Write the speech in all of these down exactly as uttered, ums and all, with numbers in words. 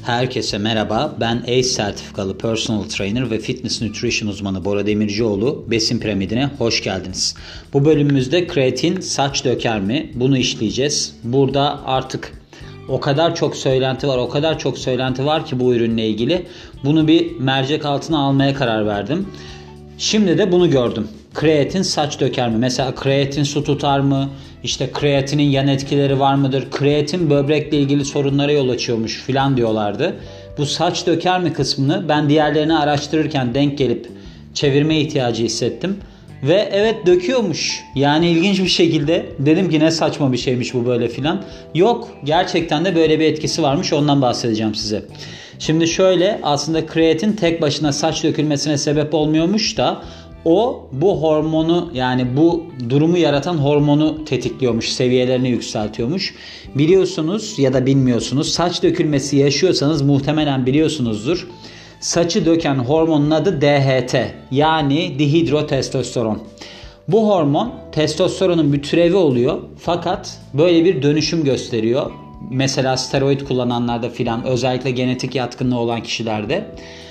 Herkese merhaba. Ben A C E sertifikalı personal trainer ve fitness nutrition uzmanı Bora Demircioğlu. Besin piramidine hoş geldiniz. Bu bölümümüzde kreatin saç döker mi? Bunu işleyeceğiz. Burada artık o kadar çok söylenti var, o kadar çok söylenti var ki bu ürünle ilgili. Bunu bir mercek altına almaya karar verdim. Şimdi de bunu gördüm. Kreatin saç döker mi? Mesela kreatin su tutar mı? İşte kreatinin yan etkileri var mıdır? Kreatin böbrekle ilgili sorunlara yol açıyormuş filan diyorlardı. Bu saç döker mi kısmını ben diğerlerini araştırırken denk gelip çevirme ihtiyacı hissettim. Ve evet döküyormuş. Yani ilginç bir şekilde dedim ki ne saçma bir şeymiş bu böyle filan. Yok, gerçekten de böyle bir etkisi varmış, ondan bahsedeceğim size. Şimdi şöyle, aslında kreatin tek başına saç dökülmesine sebep olmuyormuş da o bu hormonu, yani bu durumu yaratan hormonu tetikliyormuş, seviyelerini yükseltiyormuş. Biliyorsunuz ya da bilmiyorsunuz, saç dökülmesi yaşıyorsanız muhtemelen biliyorsunuzdur. Saçı döken hormonun adı D H T, yani dihidrotestosteron. Bu hormon testosteronun bir türevi oluyor fakat böyle bir dönüşüm gösteriyor. Mesela steroid kullananlarda filan, özellikle genetik yatkınlığı olan kişilerde.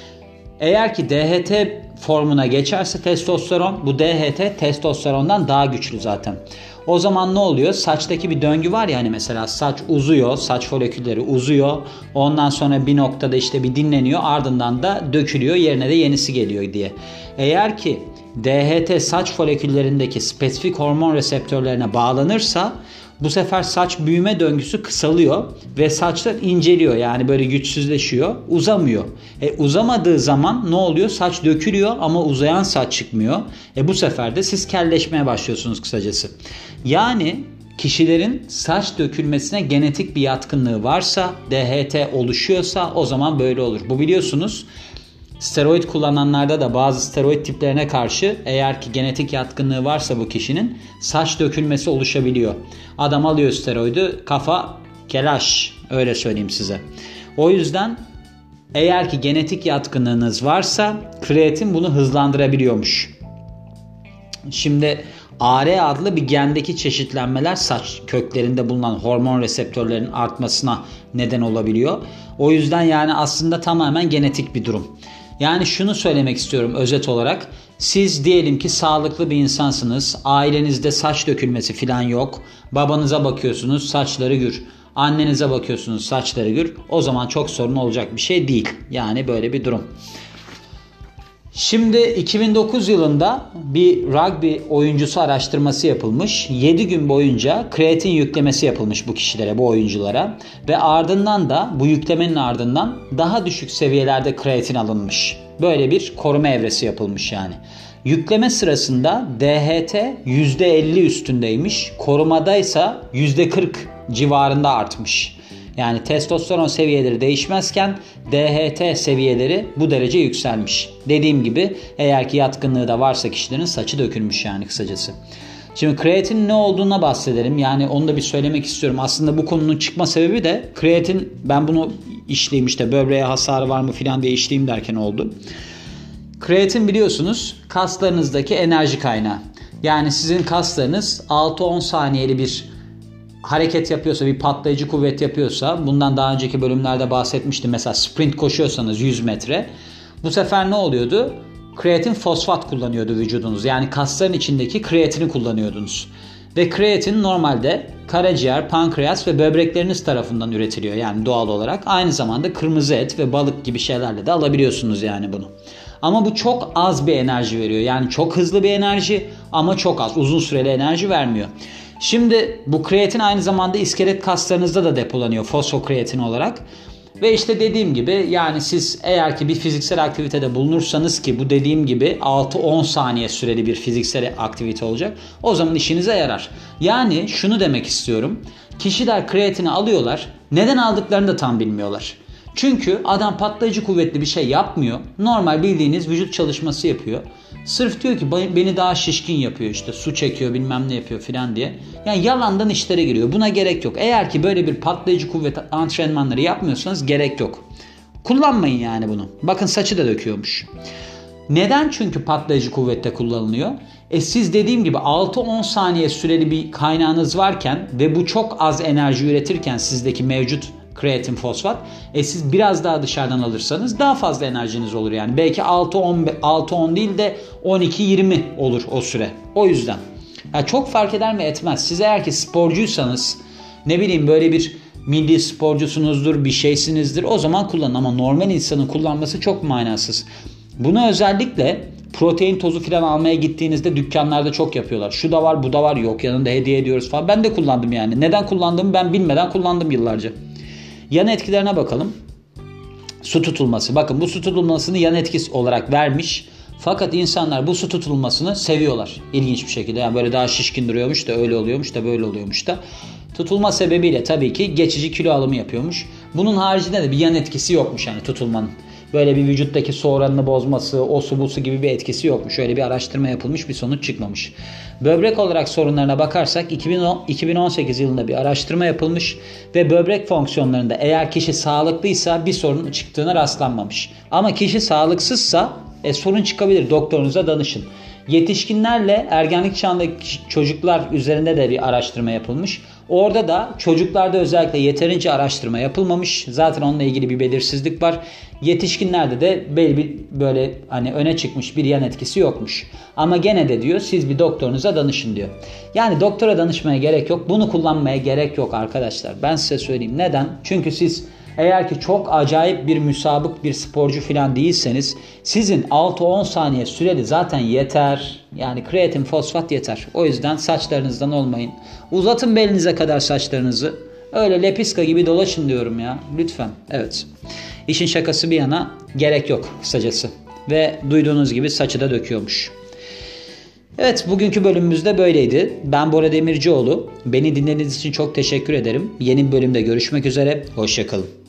Eğer ki D H T formuna geçerse testosteron, bu D H T testosterondan daha güçlü zaten. O zaman ne oluyor? Saçtaki bir döngü var ya, hani mesela saç uzuyor, saç folikülleri uzuyor. Ondan sonra bir noktada işte bir dinleniyor, ardından da dökülüyor, yerine de yenisi geliyor diye. Eğer ki D H T saç foliküllerindeki spesifik hormon reseptörlerine bağlanırsa bu sefer saç büyüme döngüsü kısalıyor ve saçlar inceliyor, yani böyle güçsüzleşiyor, uzamıyor. E, uzamadığı zaman ne oluyor? Saç dökülüyor ama uzayan saç çıkmıyor. E, bu sefer de siz kelleşmeye başlıyorsunuz kısacası. Yani kişilerin saç dökülmesine genetik bir yatkınlığı varsa, D H T oluşuyorsa o zaman böyle olur. Bu biliyorsunuz. Steroid kullananlarda da bazı steroid tiplerine karşı eğer ki genetik yatkınlığı varsa bu kişinin saç dökülmesi oluşabiliyor. Adam alıyor steroidi, kafa kelaş, öyle söyleyeyim size. O yüzden eğer ki genetik yatkınlığınız varsa kreatin bunu hızlandırabiliyormuş. Şimdi A R adlı bir gendeki çeşitlenmeler saç köklerinde bulunan hormon reseptörlerinin artmasına neden olabiliyor. O yüzden yani aslında tamamen genetik bir durum. Yani şunu söylemek istiyorum özet olarak. Siz diyelim ki sağlıklı bir insansınız. Ailenizde saç dökülmesi falan yok. Babanıza bakıyorsunuz, saçları gür. Annenize bakıyorsunuz, saçları gür. O zaman çok sorun olacak bir şey değil. Yani böyle bir durum. Şimdi iki bin dokuz yılında bir rugby oyuncusu araştırması yapılmış. yedi gün boyunca kreatin yüklemesi yapılmış bu kişilere, bu oyunculara. Ve ardından da bu yüklemenin ardından daha düşük seviyelerde kreatin alınmış. Böyle bir koruma evresi yapılmış yani. Yükleme sırasında D H T yüzde elli üstündeymiş. Korumadaysa yüzde kırk civarında artmış. Yani testosteron seviyeleri değişmezken D H T seviyeleri bu derece yükselmiş. Dediğim gibi eğer ki yatkınlığı da varsa kişilerin saçı dökülmüş yani kısacası. Şimdi kreatin ne olduğuna bahsedelim. Yani onu da bir söylemek istiyorum. Aslında bu konunun çıkma sebebi de kreatin, ben bunu işleyeyim işte böbreğe hasarı var mı filan diye işleyeyim derken oldu. Kreatin biliyorsunuz kaslarınızdaki enerji kaynağı. Yani sizin kaslarınız altı on saniyeli bir hareket yapıyorsa, bir patlayıcı kuvvet yapıyorsa, bundan daha önceki bölümlerde bahsetmiştim. Mesela sprint koşuyorsanız yüz metre, bu sefer ne oluyordu? Kreatin fosfat kullanıyordu vücudunuz. Yani kasların içindeki kreatini kullanıyordunuz. Ve kreatin normalde karaciğer, pankreas ve böbrekleriniz tarafından üretiliyor yani doğal olarak. Aynı zamanda kırmızı et ve balık gibi şeylerle de alabiliyorsunuz yani bunu. Ama bu çok az bir enerji veriyor. Yani çok hızlı bir enerji ama çok az, uzun süreli enerji vermiyor. Şimdi bu kreatin aynı zamanda iskelet kaslarınızda da depolanıyor fosfokreatin olarak. Ve işte dediğim gibi yani siz eğer ki bir fiziksel aktivitede bulunursanız, ki bu dediğim gibi altı on saniye süreli bir fiziksel aktivite olacak, o zaman işinize yarar. Yani şunu demek istiyorum. Kişiler kreatini alıyorlar. Neden aldıklarını da tam bilmiyorlar. Çünkü adam patlayıcı kuvvetli bir şey yapmıyor. Normal bildiğiniz vücut çalışması yapıyor. Sırf diyor ki beni daha şişkin yapıyor, işte su çekiyor bilmem ne yapıyor filan diye. Yani yalandan işlere giriyor. Buna gerek yok. Eğer ki böyle bir patlayıcı kuvvet antrenmanları yapmıyorsanız gerek yok. Kullanmayın yani bunu. Bakın saçı da döküyormuş. Neden? Çünkü patlayıcı kuvvette kullanılıyor. E siz dediğim gibi altı on saniye süreli bir kaynağınız varken ve bu çok az enerji üretirken sizdeki mevcut kreatin fosfat. E siz biraz daha dışarıdan alırsanız daha fazla enerjiniz olur yani. Belki altı on değil de on iki yirmi olur o süre. O yüzden. Yani çok fark eder mi? Etmez. Siz eğer ki sporcuysanız, ne bileyim böyle bir milli sporcusunuzdur, bir şeysinizdir, o zaman kullanın. Ama normal insanın kullanması çok manasız. Bunu özellikle protein tozu falan almaya gittiğinizde dükkanlarda çok yapıyorlar. Şu da var, bu da var, yok yanında hediye ediyoruz falan. Ben de kullandım yani. Neden kullandığımı ben bilmeden kullandım yıllarca. Yan etkilerine bakalım. Su tutulması. Bakın bu su tutulmasını yan etkisi olarak vermiş. Fakat insanlar bu su tutulmasını seviyorlar. İlginç bir şekilde. Yani böyle daha şişkin duruyormuş da öyle oluyormuş da böyle oluyormuş da. Tutulma sebebiyle tabii ki geçici kilo alımı yapıyormuş. Bunun haricinde de bir yan etkisi yokmuş yani tutulmanın. Böyle bir vücuttaki su oranını bozması, o su bu su gibi bir etkisi yokmuş. Öyle bir araştırma yapılmış, bir sonuç çıkmamış. Böbrek olarak sorunlarına bakarsak iki bin on sekiz yılında bir araştırma yapılmış ve böbrek fonksiyonlarında eğer kişi sağlıklıysa bir sorun çıktığına rastlanmamış. Ama kişi sağlıksızsa e, sorun çıkabilir. Doktorunuza danışın. Yetişkinlerle ergenlik çağındaki çocuklar üzerinde de bir araştırma yapılmış. Orada da çocuklarda özellikle yeterince araştırma yapılmamış. Zaten onunla ilgili bir belirsizlik var. Yetişkinlerde de belli bir böyle hani öne çıkmış bir yan etkisi yokmuş. Ama gene de diyor siz bir doktorunuza danışın diyor. Yani doktora danışmaya gerek yok. Bunu kullanmaya gerek yok arkadaşlar. Ben size söyleyeyim. Neden? Çünkü siz eğer ki çok acayip bir müsabık bir sporcu falan değilseniz sizin altı on saniye süreli zaten yeter. Yani kreatin fosfat yeter. O yüzden saçlarınızdan olmayın. Uzatın belinize kadar saçlarınızı. Öyle lepiska gibi dolaşın diyorum ya. Lütfen. Evet. İşin şakası bir yana gerek yok kısacası. Ve duyduğunuz gibi saçı da döküyormuş. Evet, bugünkü bölümümüz de böyleydi. Ben Bora Demircioğlu. Beni dinlediğiniz için çok teşekkür ederim. Yeni bir bölümde görüşmek üzere. Hoşça kalın.